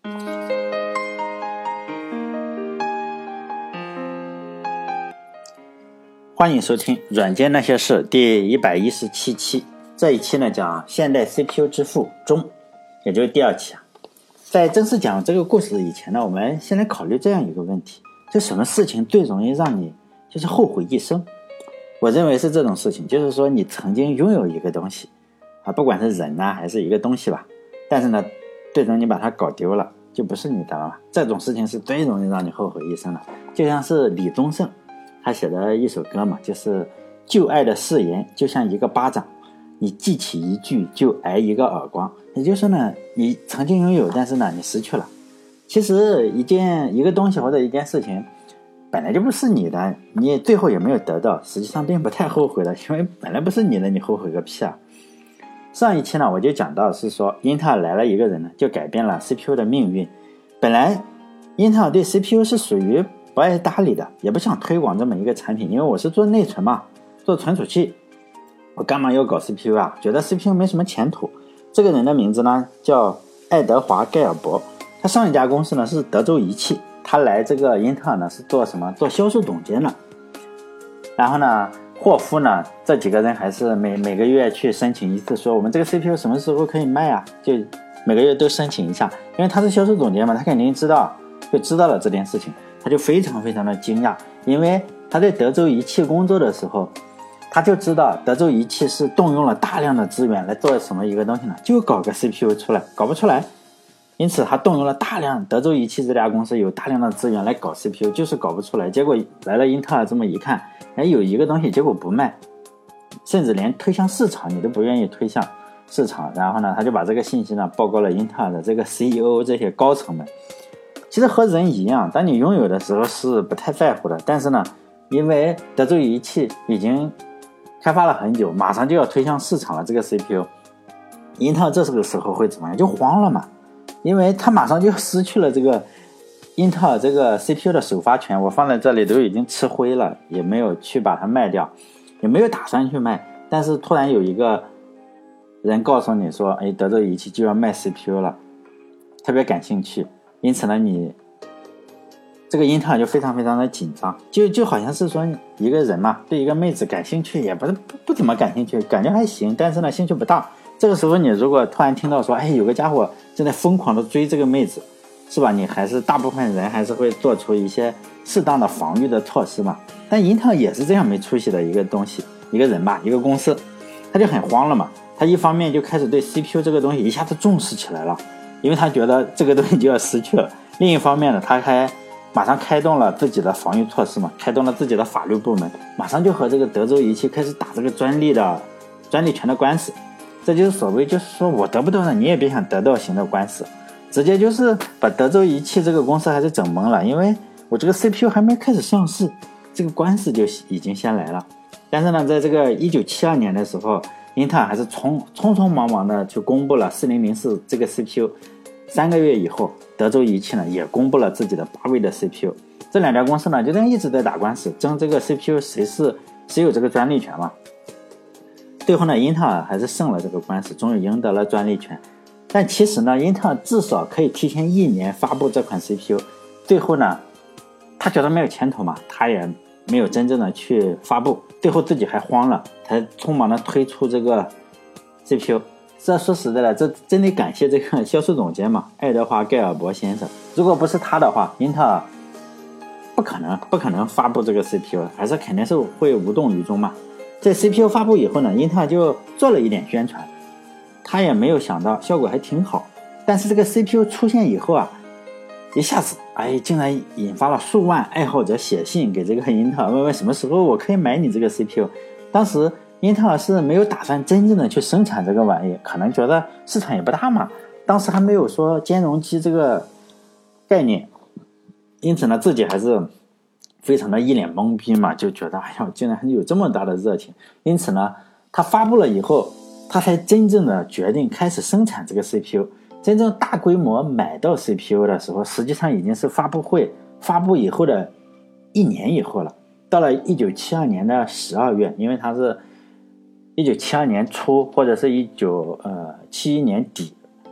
欢迎收听软件那些事第117期。这一期呢讲现代 CPU 之父中，也就是第2期啊。在正式讲这个故事以前呢，我们先来考虑这样一个问题，就什么事情最容易让你就是后悔一生。我认为是这种事情，就是说你曾经拥有一个东西啊，不管是人啊还是一个东西吧，但是呢最终你把它搞丢了，就不是你的了。这种事情是最容易让你后悔一生的。就像是李宗盛他写的一首歌嘛，就是旧爱的誓言就像一个巴掌，你记起一句就挨一个耳光。也就是说呢，你曾经拥有，但是呢你失去了。其实一个东西或者一件事情本来就不是你的，你最后也没有得到，实际上并不太后悔了，因为本来不是你的，你后悔个屁啊。上一期呢我就讲到是说英特尔来了一个人呢，就改变了 CPU 的命运。本来英特尔对 CPU 是属于不爱搭理的，也不想推广这么一个产品，因为我是做内存嘛，做存储器，我干嘛要搞 CPU 啊？觉得 CPU 没什么前途。这个人的名字呢叫爱德华·盖尔伯，他上一家公司呢是德州仪器，他来这个英特尔呢是做什么？做销售总监的。然后呢霍夫呢这几个人还是每个月去申请一次，说我们这个 CPU 什么时候可以卖啊？就每个月都申请一下，因为他是销售总监嘛，他肯定知道了这件事情。他就非常非常的惊讶，因为他在德州仪器工作的时候，他就知道德州仪器是动用了大量的资源来做什么一个东西呢？就搞个 CPU 出来，搞不出来。因此他动用了德州仪器这家公司有大量的资源来搞 CPU， 就是搞不出来。结果来了英特尔这么一看，有一个东西结果不卖，甚至连推向市场你都不愿意推向市场。然后呢他就把这个信息呢报告了英特尔的这个 CEO 这些高层们。其实和人一样，当你拥有的时候是不太在乎的，但是呢因为德州仪器已经开发了很久，马上就要推向市场了，这个 CPU 英特尔这个时候会怎么样？就慌了嘛，因为他马上就失去了这个英特尔这个 CPU 的首发权，我放在这里都已经吃灰了，也没有去把它卖掉，也没有打算去卖。但是突然有一个人告诉你说德州仪器就要卖 CPU 了，特别感兴趣，因此呢你这个英特尔就非常非常的紧张，就好像是说一个人嘛，对一个妹子感兴趣，也不怎么感兴趣，感觉还行，但是呢兴趣不大。这个时候你如果突然听到说有个家伙正在疯狂的追这个妹子，是吧？你还是大部分人还是会做出一些适当的防御的措施嘛。但英特尔也是这样没出息的一个东西，一个人吧，一个公司，他就很慌了嘛。他一方面就开始对 CPU 这个东西一下子重视起来了，因为他觉得这个东西就要失去了。另一方面呢，他还马上开动了自己的防御措施嘛，开动了自己的法律部门，马上就和这个德州仪器开始打这个专利权的官司。这就是所谓就是说我得不到的你也别想得到型的官司，直接就是把德州仪器这个公司还是整懵了。因为我这个 CPU 还没开始上市，这个官司就已经先来了。但是呢在这个1972年的时候，英特尔还是匆匆忙忙的去公布了4004这个 CPU。3个月以后，德州仪器呢也公布了自己的8位的 CPU。这两家公司呢就这样一直在打官司，争这个 CPU 谁有这个专利权嘛。最后呢英特尔还是胜了这个官司，终于赢得了专利权。但其实呢英特尔至少可以提前1年发布这款 CPU， 最后呢他觉得没有前途嘛，他也没有真正的去发布，最后自己还慌了，才匆忙的推出这个 CPU。这说实在的，这真得感谢这个销售总监嘛，爱德华·盖尔伯先生。如果不是他的话，英特尔不可能发布这个 CPU， 还是肯定是会无动于衷嘛。在 CPU 发布以后呢，英特尔就做了一点宣传，他也没有想到效果还挺好。但是这个 CPU 出现以后啊，一下子竟然引发了数万爱好者写信给这个英特尔，问什么时候我可以买你这个 CPU。 当时英特尔是没有打算真正的去生产这个玩意，可能觉得市场也不大嘛，当时还没有说兼容机这个概念，因此呢自己还是非常的一脸懵逼嘛，就觉得竟然有这么大的热情。因此呢他发布了以后，他才真正的决定开始生产这个 CPU。 真正大规模买到 CPU 的时候，实际上已经是发布以后的1年以后了。到了1972年的12月，因为它是1972年初或者是1971年底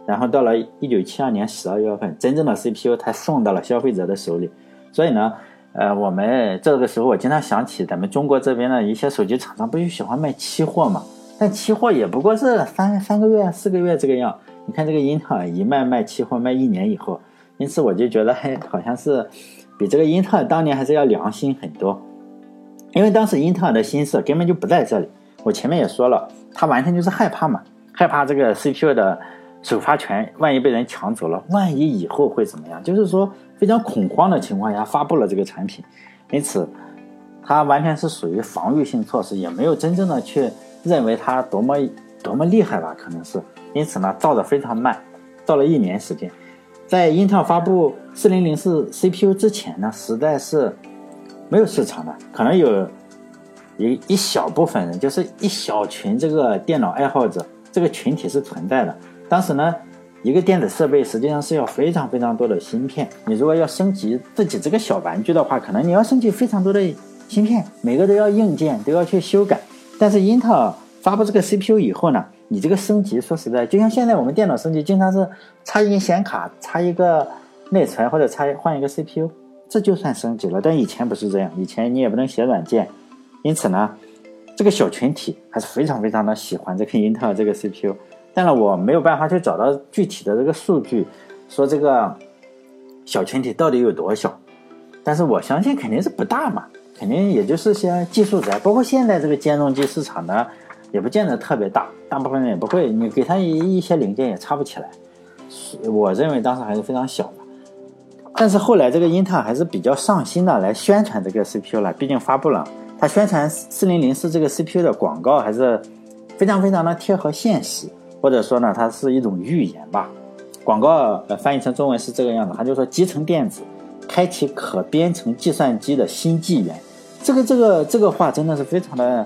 然后到了1972年12月份，真正的 CPU 才送到了消费者的手里。所以呢，我们这个时候我经常想起咱们中国这边的一些手机厂商不就喜欢卖期货嘛？但期货也不过是3个月、4个月这个样。你看这个英特尔一卖期货卖1年以后，因此我就觉得好像是比这个英特尔当年还是要良心很多。因为当时英特尔的心思根本就不在这里，我前面也说了，他完全就是害怕嘛，害怕这个 CPU 的首发权万一被人抢走了，万一以后会怎么样，就是说非常恐慌的情况下发布了这个产品。因此他完全是属于防御性措施，也没有真正的去认为它多么厉害吧，可能是。因此呢，造得非常慢，造了1年时间。在英特尔发布4004 CPU 之前呢，实在是没有市场的，可能有一小部分人，就是一小群这个电脑爱好者，这个群体是存在的。当时呢，一个电子设备实际上是要非常非常多的芯片，你如果要升级自己这个小玩具的话，可能你要升级非常多的芯片，每个都要硬件，都要去修改。但是英特尔发布这个 CPU 以后呢，你这个升级说实在，就像现在我们电脑升级经常是插一根显卡，插一个内存，或者换一个 CPU， 这就算升级了。但以前不是这样，以前你也不能写软件。因此呢，这个小群体还是非常非常的喜欢这个英特尔这个 CPU。但是我没有办法去找到具体的这个数据，说这个小群体到底有多小。但是我相信肯定是不大嘛，肯定也就是些技术宅，包括现在这个兼容机市场呢，也不见得特别大，大部分人也不会，你给他一些零件也插不起来。我认为当时还是非常小的。但是后来这个英特尔还是比较上心的来宣传这个 CPU 了，毕竟发布了，他宣传4004这个 CPU 的广告还是非常非常的贴合现实，或者说呢，它是一种预言吧。广告翻译成中文是这个样子，他就说集成电子开启可编程计算机的新纪元。这个话真的是非常的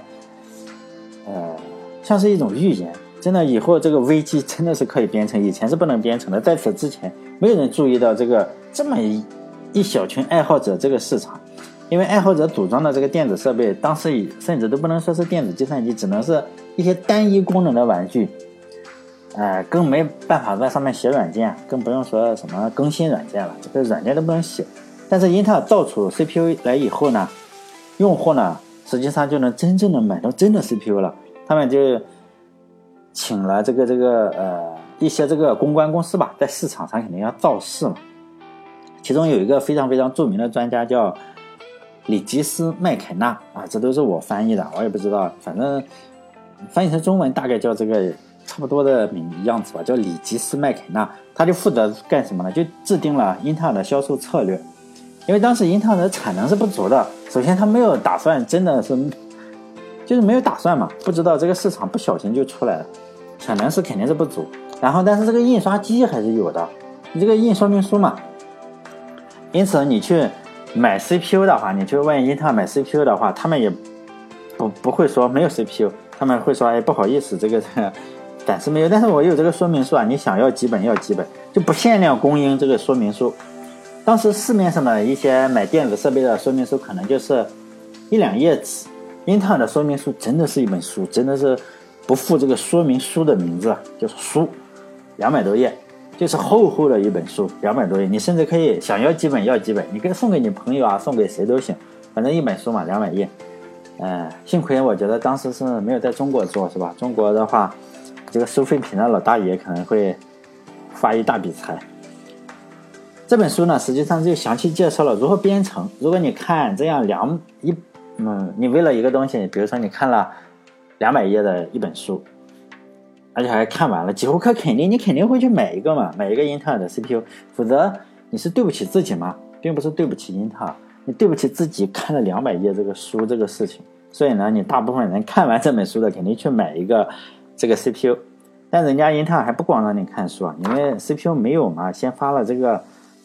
像是一种预言。真的以后这个微机真的是可以编程，以前是不能编程的。在此之前没有人注意到这么一小群爱好者这个市场，因为爱好者组装的这个电子设备当时甚至都不能说是电子计算机，只能是一些单一功能的玩具，更没办法在上面写软件，更不用说什么更新软件了，这个软件都不能写。但是英特尔造出 CPU 来以后呢，用户呢实际上就能真正的买到真的 CPU 了。他们就请了一些这个公关公司吧，在市场上肯定要造势嘛。其中有一个非常非常著名的专家叫里吉斯麦凯纳啊，这都是我翻译的，我也不知道，反正翻译成中文大概叫这个差不多的样子吧，叫里吉斯麦凯纳。他就负责干什么呢？就制定了英特尔的销售策略。因为当时英特尔的产能是不足的，首先他没有打算，真的是就是没有打算嘛，不知道这个市场不小心就出来了，产能是肯定是不足。然后但是这个印刷机还是有的，你这个印说明书嘛，因此你去买 CPU 的话，你去问英特尔买 CPU 的话，他们也不会说没有 CPU， 他们会说不好意思，这个暂时没有，但是我有这个说明书啊，你想要几本要几本，就不限量供应这个说明书。当时市面上的一些买电子设备的说明书可能就是1-2页纸，英特尔的说明书真的是一本书，真的是不负这个说明书的名字，就是书，200多页，就是厚厚的一本书，200多页，你甚至可以想要几本要几本，你可以送给你朋友啊，送给谁都行，反正一本书嘛，200页。幸亏我觉得当时是没有在中国做，是吧？中国的话，这个收废品的老大爷可能会发一大笔财。这本书呢，实际上就详细介绍了如何编程。如果你看这样你为了一个东西，比如说你看了200页的一本书，而且还看完了，几乎可肯定你肯定会去买一个嘛，买一个英特尔的 CPU， 否则你是对不起自己嘛，并不是对不起英特尔，你对不起自己看了200页这个书这个事情。所以呢，你大部分人看完这本书的肯定去买一个这个 CPU。但人家英特尔还不光让你看书啊，因为 CPU 没有嘛，先发了这个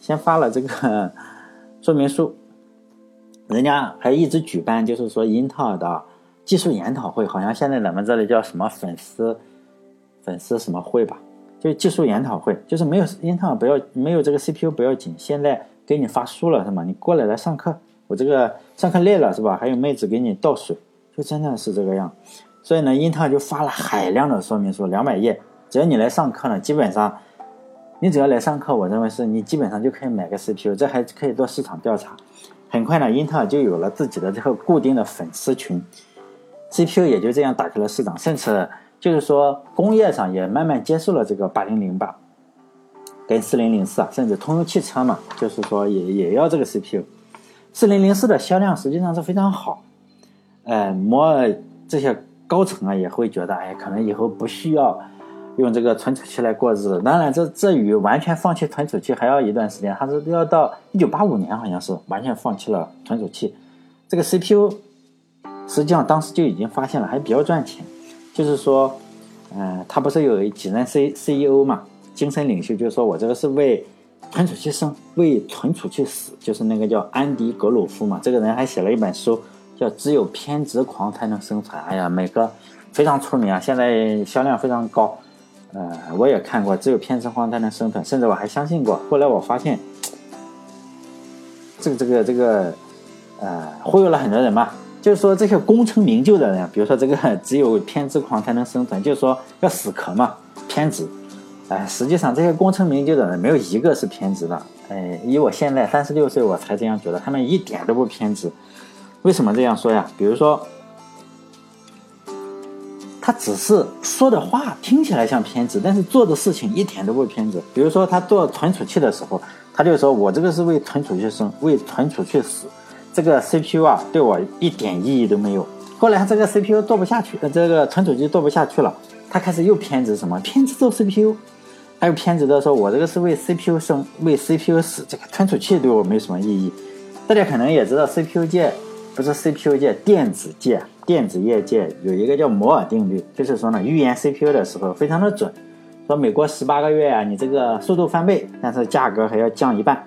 说明书，人家还一直举办，就是说英特尔的技术研讨会，好像现在咱们这里叫什么粉丝什么会吧，就是技术研讨会，就是没有英特尔没有这个 CPU 不要紧，现在给你发书了是吗？你过来上课，我这个上课累了是吧？还有妹子给你倒水，就真的是这个样。所以呢，英特尔就发了海量的说明书，200页，只要你来上课呢，基本上你只要来上课，我认为是你基本上就可以买个 CPU， 这还可以做市场调查。很快呢，英特尔就有了自己的这个固定的粉丝群， CPU 也就这样打开了市场，甚至就是说工业上也慢慢接受了这个8008跟4004啊，甚至通用汽车嘛，就是说也要这个 CPU。 4004的销量实际上是非常好，摩尔这些高层啊也会觉得，可能以后不需要用这个存储器来过日子。当然这与完全放弃存储器还要一段时间，它是要到1985年好像是完全放弃了存储器。这个 CPU 实际上当时就已经发现了，还比较赚钱。就是说他不是有几任 CEO 嘛，精神领袖，就是说我这个是为存储器生，为存储器死，就是那个叫安迪格鲁夫嘛。这个人还写了一本书叫只有偏执狂才能生存，每个非常出名啊，现在销量非常高。我也看过只有偏执狂才能生存，甚至我还相信过。后来我发现这个忽悠了很多人嘛。就是说这些功成名就的人，比如说这个只有偏执狂才能生存，就是说要死磕嘛，偏执。实际上这些功成名就的人没有一个是偏执的。以我现在36岁我才这样觉得，他们一点都不偏执。为什么这样说呀？比如说他只是说的话听起来像偏执，但是做的事情一点都不偏执。比如说他做存储器的时候，他就说我这个是为存储器生，为存储器死，这个 CPU 啊对我一点意义都没有。后来这个 CPU 做不下去，这个存储器做不下去了，他开始又偏执什么？偏执做 CPU， 还有偏执的说我这个是为 CPU 生，为 CPU 死，这个存储器对我没什么意义。大家可能也知道 CPU 界不是 CPU 界，电子界，电子业界有一个叫摩尔定律，就是说呢，预言 CPU 的时候非常的准，说美国18个月啊，你这个速度翻倍，但是价格还要降一半。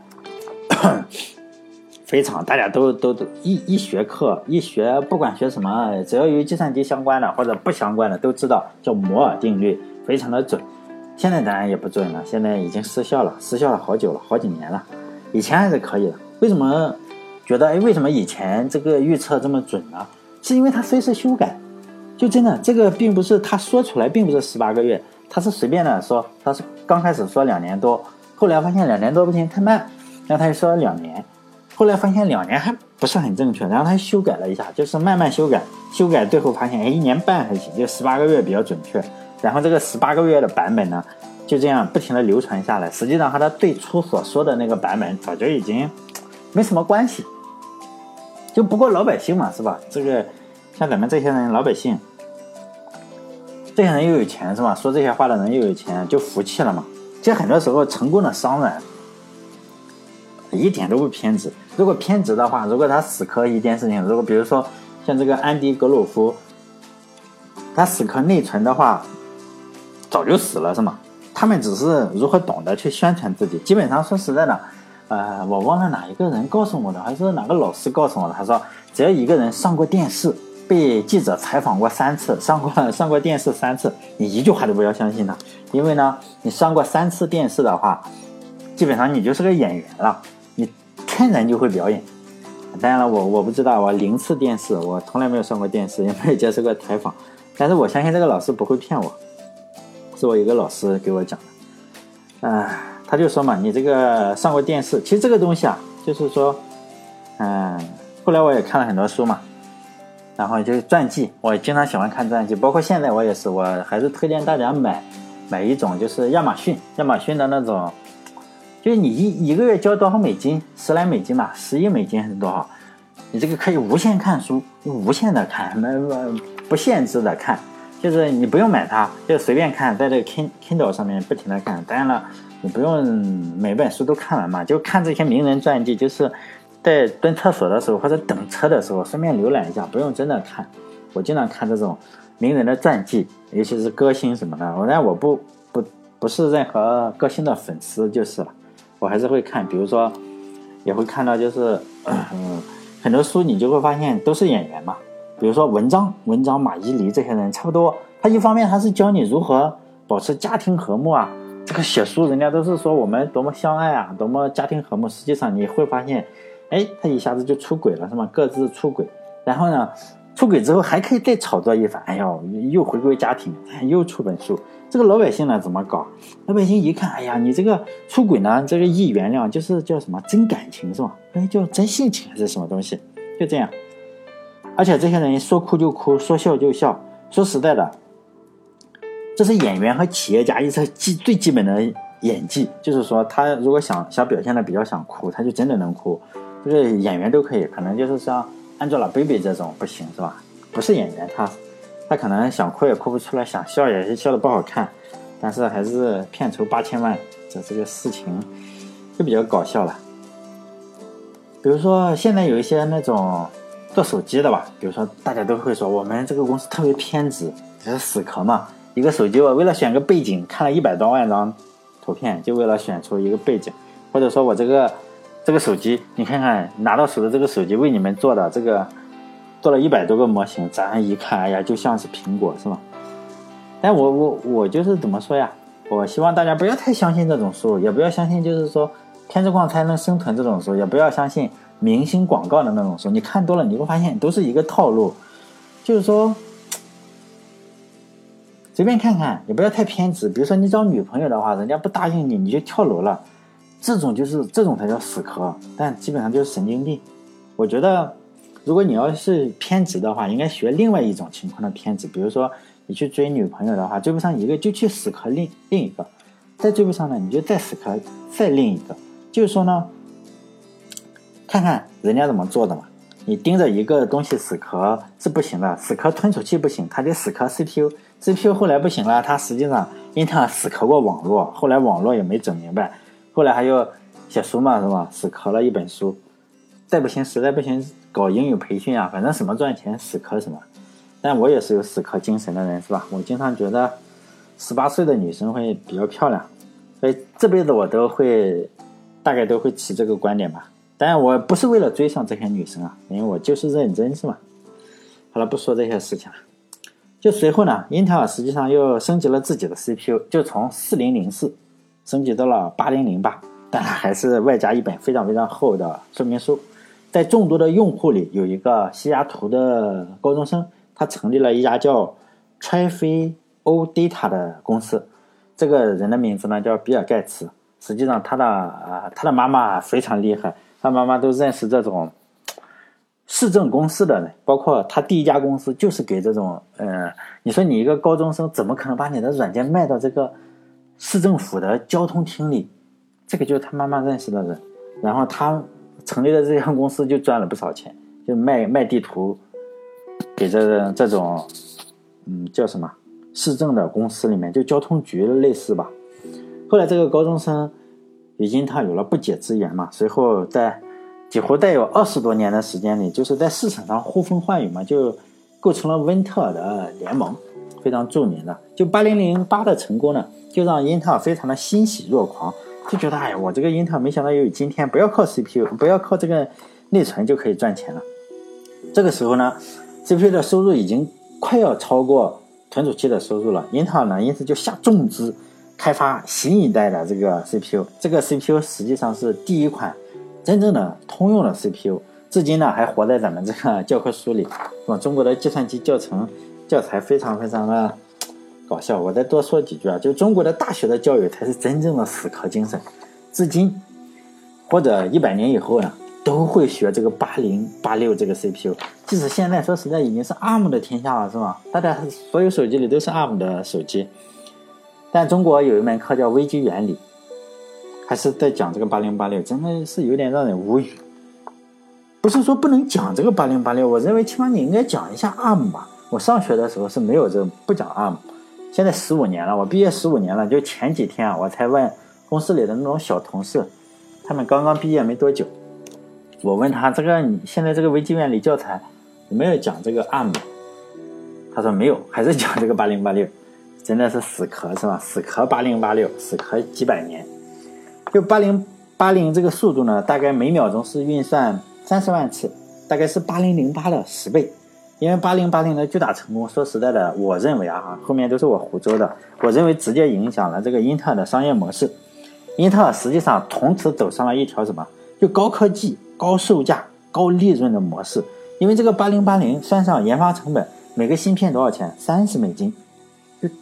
非常，大家都一学课一学，不管学什么，只要与计算机相关的或者不相关的都知道，叫摩尔定律，非常的准。现在当然也不准了，现在已经失效了好久了，好几年了。以前还是可以的。为什么觉得为什么以前这个预测这么准呢？是因为它随时修改。就真的这个并不是他说出来，并不是18个月，他是随便的说，他是刚开始说2年多，后来发现2年多不行太慢，然后他就说2年，后来发现2年还不是很正确，然后他修改了一下，就是慢慢修改，最后发现1年半还行，就18个月比较准确。然后这个18个月的版本呢，就这样不停的流传下来，实际上和他最初所说的那个版本早就已经没什么关系。就不过老百姓嘛，是吧？这个像咱们这些人，老百姓，这些人又有钱，是吧？说这些话的人又有钱，就服气了嘛。其实很多时候成功的商人一点都不偏执。如果偏执的话，如果他死磕一件事情，如果比如说像这个安迪格鲁夫，他死磕内存的话，早就死了，是吗？他们只是如何懂得去宣传自己。基本上说实在的，我忘了哪一个人告诉我的，还是哪个老师告诉我的。他说，只要一个人上过电视，被记者采访过3次，上过电视3次，你一句话都不要相信他，因为呢，你上过3次电视的话，基本上你就是个演员了，你天然就会表演。当然了，我不知道，我0次电视，我从来没有上过电视，也没有接受过采访，但是我相信这个老师不会骗我，是我一个老师给我讲的。他就说嘛，你这个上过电视，其实这个东西啊，就是说，后来我也看了很多书嘛，然后就是传记，我经常喜欢看传记，包括现在我也是，我还是推荐大家买一种，就是亚马逊的那种，就是你一个月交多少美金，10来美金吧，10亿美金还是多少，你这个可以无限看书，无限的看，不限制的看，就是你不用买它，就随便看，在这个 Kindle 上面不停的看。当然了，你不用每本书都看完嘛，就看这些名人传记，就是在蹲厕所的时候或者等车的时候顺便浏览一下，不用真的看。我经常看这种名人的传记，尤其是歌星什么的。但我不是任何歌星的粉丝就是了，我还是会看。比如说也会看到就是很多书你就会发现都是演员嘛，比如说文章、马伊琍这些人差不多，他一方面他是教你如何保持家庭和睦啊，这个写书人家都是说我们多么相爱啊，多么家庭和睦，实际上你会发现他一下子就出轨了，是吗？各自出轨，然后呢出轨之后还可以再炒作一番，又回归家庭，又出本书， 这个老百姓呢怎么搞？老百姓一看，哎呀，你这个出轨呢，这个一原谅就是叫什么真感情是吧？叫真性情还是什么东西？就这样。而且这些人说哭就哭，说笑就笑。说实在的，这是演员和企业家一次最基本的演技，就是说他如果想表现的比较想哭，他就真的能哭。这个演员都可以，可能就是像Angelababy 这种不行是吧？不是演员，他可能想哭也哭不出来，想笑也是笑得不好看，但是还是片酬8000万，这个事情就比较搞笑了。比如说现在有一些那种做手机的吧，比如说大家都会说我们这个公司特别偏执，这是死壳嘛。一个手机我为了选个背景看了100多万张图片，就为了选出一个背景。或者说我这个手机，你看看拿到手的这个手机为你们做的这个做了100多个模型，咱一看哎呀就像是苹果是吧？但我就是怎么说呀，我希望大家不要太相信这种书，也不要相信就是说偏执狂才能生存这种书，也不要相信明星广告的那种书，你看多了你会发现都是一个套路。就是说随便看看，也不要太偏执。比如说你找女朋友的话，人家不答应你，你就跳楼了，这种才叫死壳，但基本上就是神经病。我觉得如果你要是偏执的话，应该学另外一种情况的偏执。比如说你去追女朋友的话，追不上一个就去死磕另一个，再追不上呢你就再死磕再另一个。就是说呢，看看人家怎么做的嘛。你盯着一个东西死磕是不行的，死磕存储器不行，它得死磕 CPU 后来不行了，它实际上英特尔死磕过网络，后来网络也没整明白，后来还有写书嘛是吧，死磕了一本书。再不行实在不行搞英语培训啊，反正什么赚钱死磕什么。但我也是有死磕精神的人是吧，我经常觉得18岁的女生会比较漂亮，所以这辈子我大概都会持这个观点吧。当然我不是为了追上这些女生啊，因为我就是认真是吧。好了，不说这些事情了。就随后呢，英特尔实际上又升级了自己的 CPU， 就从4004升级到了8008，但还是外加一本非常非常厚的说明书。在众多的用户里，有一个西雅图的高中生，他成立了一家叫 Trifeo Data 的公司。这个人的名字呢叫比尔盖茨。实际上他的妈妈非常厉害，他妈妈都认识这种市政公司的人，包括他第一家公司就是给这种你说你一个高中生怎么可能把你的软件卖到这个市政府的交通厅里？这个就是他妈妈认识的人，然后他成立的这家公司就赚了不少钱，就卖地图给这种叫什么市政的公司里面，就交通局类似吧。后来这个高中生与英特尔有了不解之缘嘛，随后在几乎带有20多年的时间里，就是在市场上呼风唤雨嘛，就构成了温特尔的联盟，非常著名的。就8008的成功呢，就让英特尔非常的欣喜若狂，就觉得哎呀，我这个英特尔没想到有今天，不要靠 CPU， 不要靠这个内存就可以赚钱了。这个时候呢 CPU 的收入已经快要超过存储器的收入了，英特尔呢因此就下重资开发新一代的这个 CPU。 这个 CPU 实际上是第一款真正的通用的 CPU， 至今呢还活在咱们这个教科书里。中国的计算机教材非常非常的搞笑。我再多说几句啊，就中国的大学的教育才是真正的死磕精神，至今或者100年以后呢都会学这个8086这个 CPU。 即使现在说实在已经是 ARM 的天下了是吧，大家所有手机里都是 ARM 的手机，但中国有一门课叫微机原理，还是在讲这个8086，真的是有点让人无语。不是说不能讲这个8086，我认为起码你应该讲一下 ARM 吧。我上学的时候是没有不讲 ARM， 现在15年了，我毕业15年了，就前几天啊，我才问公司里的那种小同事，他们刚刚毕业没多久，我问他这个你现在这个微机原理教材有没有讲这个 ARM， 他说没有，还是讲这个8086。真的是死磕是吧？死磕8086，死磕几百年。就8080这个速度呢，大概每秒钟是运算30万次，大概是8008的10倍。因为8080的巨大成功，说实在的，我认为后面都是我胡诌的，我认为直接影响了这个英特尔的商业模式。英特尔实际上从此走上了一条什么？就高科技、高售价、高利润的模式。因为这个8080算上研发成本，每个芯片多少钱？$30。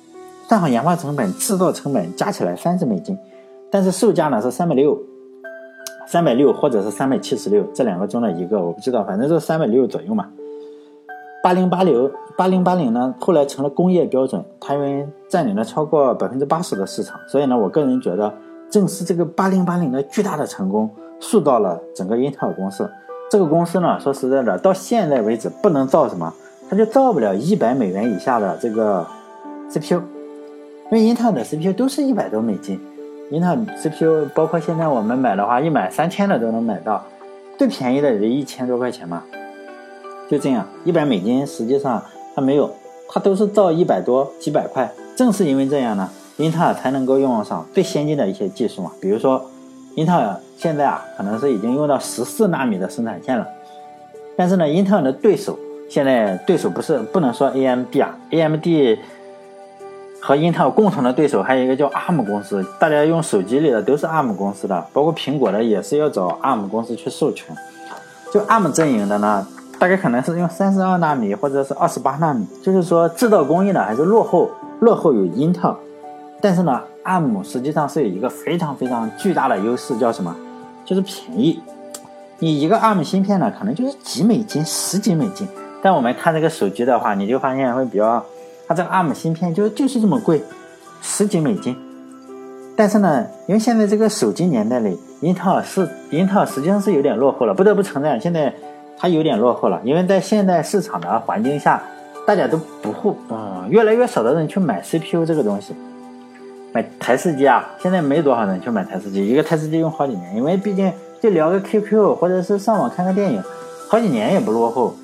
算好研发成本、制造成本加起来$30，但是售价呢是360或者是376，这两个中的一个我不知道，反正就是360左右嘛。8080呢后来成了工业标准，它因为占领了超过80%的市场，所以呢我个人觉得正是这个8080的巨大的成功塑造了整个英特尔公司。这个公司呢说实在的到现在为止不能造什么，它就造不了$100以下的这个 CPU， 因为英特尔的 CPU 都是$100多，英特尔 CPU 包括现在我们买的话，一买3000的都能买到，最便宜的也就1000多块钱嘛。就这样，$100实际上它没有，它都是造100多几百块。正是因为这样呢，英特尔才能够用上最先进的一些技术嘛。比如说，英特尔现在可能是已经用到14纳米的生产线了，但是呢，英特尔的对手现在不能说 AMD 和英特尔共同的对手还有一个叫 ARM 公司，大家用手机里的都是 ARM 公司的，包括苹果的也是要找 ARM 公司去授权。就 ARM 阵营的呢，大概可能是用32纳米或者是28纳米，就是说制造工艺呢还是落后于英特尔。但是呢 ARM 实际上是有一个非常非常巨大的优势，叫什么？就是便宜。你一个 ARM 芯片呢可能就是几美金10几美金，但我们看这个手机的话，你就发现会比较，它这个 ARM 芯片就是这么贵，10几美金。但是呢，因为现在这个手机年代里，英特尔实际上是有点落后了，不得不承认现在它有点落后了。因为在现在市场的环境下，大家都越来越少的人去买 CPU 这个东西，买台式机啊，现在没多少人去买台式机，一个台式机用好几年，因为毕竟就聊个 QQ 或者是上网看个电影，好几年也不落后。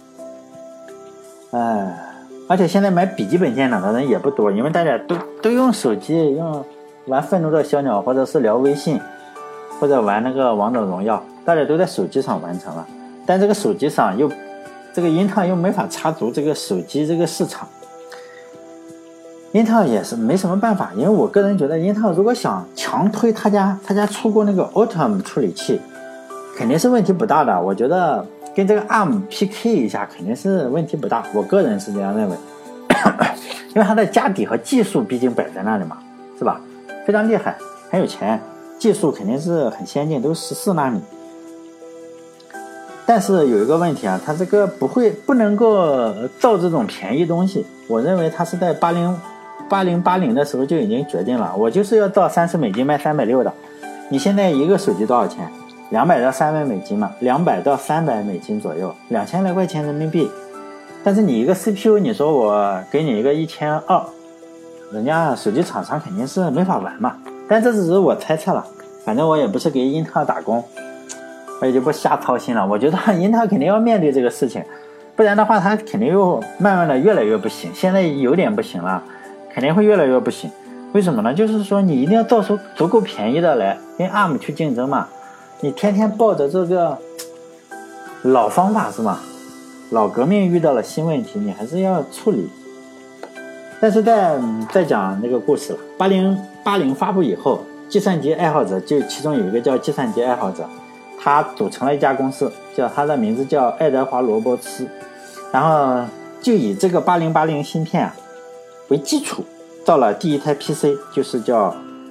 而且现在买笔记本电脑的人也不多，因为大家都用手机，用玩愤怒的小鸟，或者是聊微信，或者玩那个王者荣耀，大家都在手机上完成了。但这个手机上这个英特尔又没法插足这个手机这个市场，英特尔也是没什么办法。因为我个人觉得英特尔如果想强推他家出过那个 Atom 处理器，肯定是问题不大的。我觉得跟这个 ARM PK 一下肯定是问题不大，我个人是这样认为。因为它的家底和技术毕竟摆在那里嘛，是吧？非常厉害，很有钱，技术肯定是很先进，都14纳米。但是有一个问题啊，它这个不能够造这种便宜东西。我认为它是在8080的时候就已经决定了，我就是要造$30卖360的。你现在一个手机多少钱？200到300美金嘛，200到300美金左右，2000来块钱人民币。但是你一个 CPU， 你说我给你一个1200，人家手机厂商肯定是没法玩嘛。但这只是我猜测了，反正我也不是给英特尔打工，我也就不瞎操心了。我觉得英特尔肯定要面对这个事情，不然的话它肯定又慢慢的越来越不行，现在有点不行了，肯定会越来越不行。为什么呢？就是说你一定要造出足够便宜的来跟 ARM 去竞争嘛。你天天抱着这个老方法是吗？老革命遇到了新问题，你还是要处理。但是再讲那个故事了。8080发布以后，计算机爱好者就其中有一个叫计算机爱好者，他组成了一家公司，他的名字叫爱德华罗伯茨，然后就以这个8080芯片为基础造了第一台 PC， 就是叫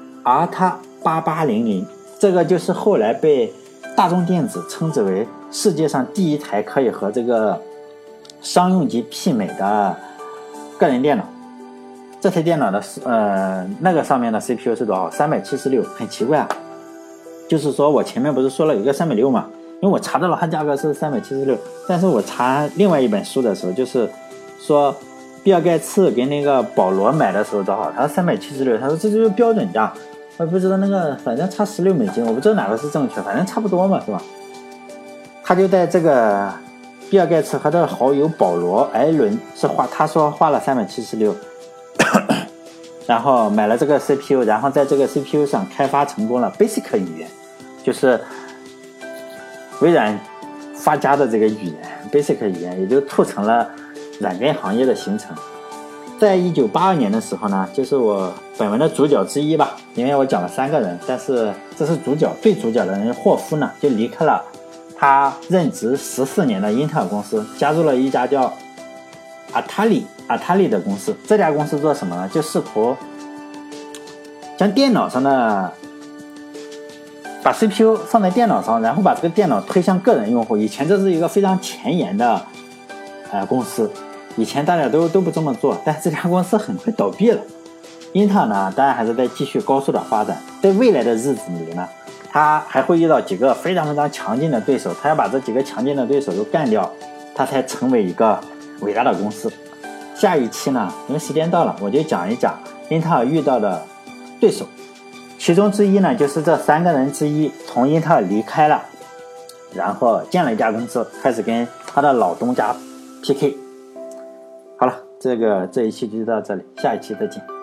RT8800， 这个就是后来被大众电子称之为世界上第一台可以和这个商用机媲美的个人电脑。这台电脑的那个上面的 CPU 是多少？376，很奇怪啊。就是说我前面不是说了有一个360嘛，因为我查到了它价格是376，但是我查另外一本书的时候，就是说比尔盖茨跟那个保罗买的时候多少？他说376，他说这就是标准价。我也不知道那个，反正差16美金，我不知道哪个是正确，反正差不多嘛，是吧？他就在这个比尔盖茨和他的好友保罗艾伦他说花了376，然后买了这个 CPU， 然后在这个 CPU 上开发成功了 Basic 语言，就是微软发家的这个语言 Basic 语言，也就促成了软件行业的形成。在1982年的时候呢，就是我本文的主角之一吧，因为我讲了3个人，但是这是最主角的人霍夫呢，就离开了他任职14年的英特尔公司，加入了一家叫 Atari 的公司。这家公司做什么呢？就试图将电脑上的把 CPU 放在电脑上，然后把这个电脑推向个人用户。以前这是一个非常前沿的公司，以前大家都不这么做，但这家公司很快倒闭了。英特尔呢，当然还是在继续高速的发展，在未来的日子里呢，他还会遇到几个非常非常强劲的对手，他要把这几个强劲的对手都干掉，他才成为一个伟大的公司。下一期呢，因为时间到了，我就讲一讲英特尔遇到的对手，其中之一呢，就是这3个人之一从英特尔离开了，然后建了一家公司，开始跟他的老东家 PK。好了，这一期就到这里，下一期再见。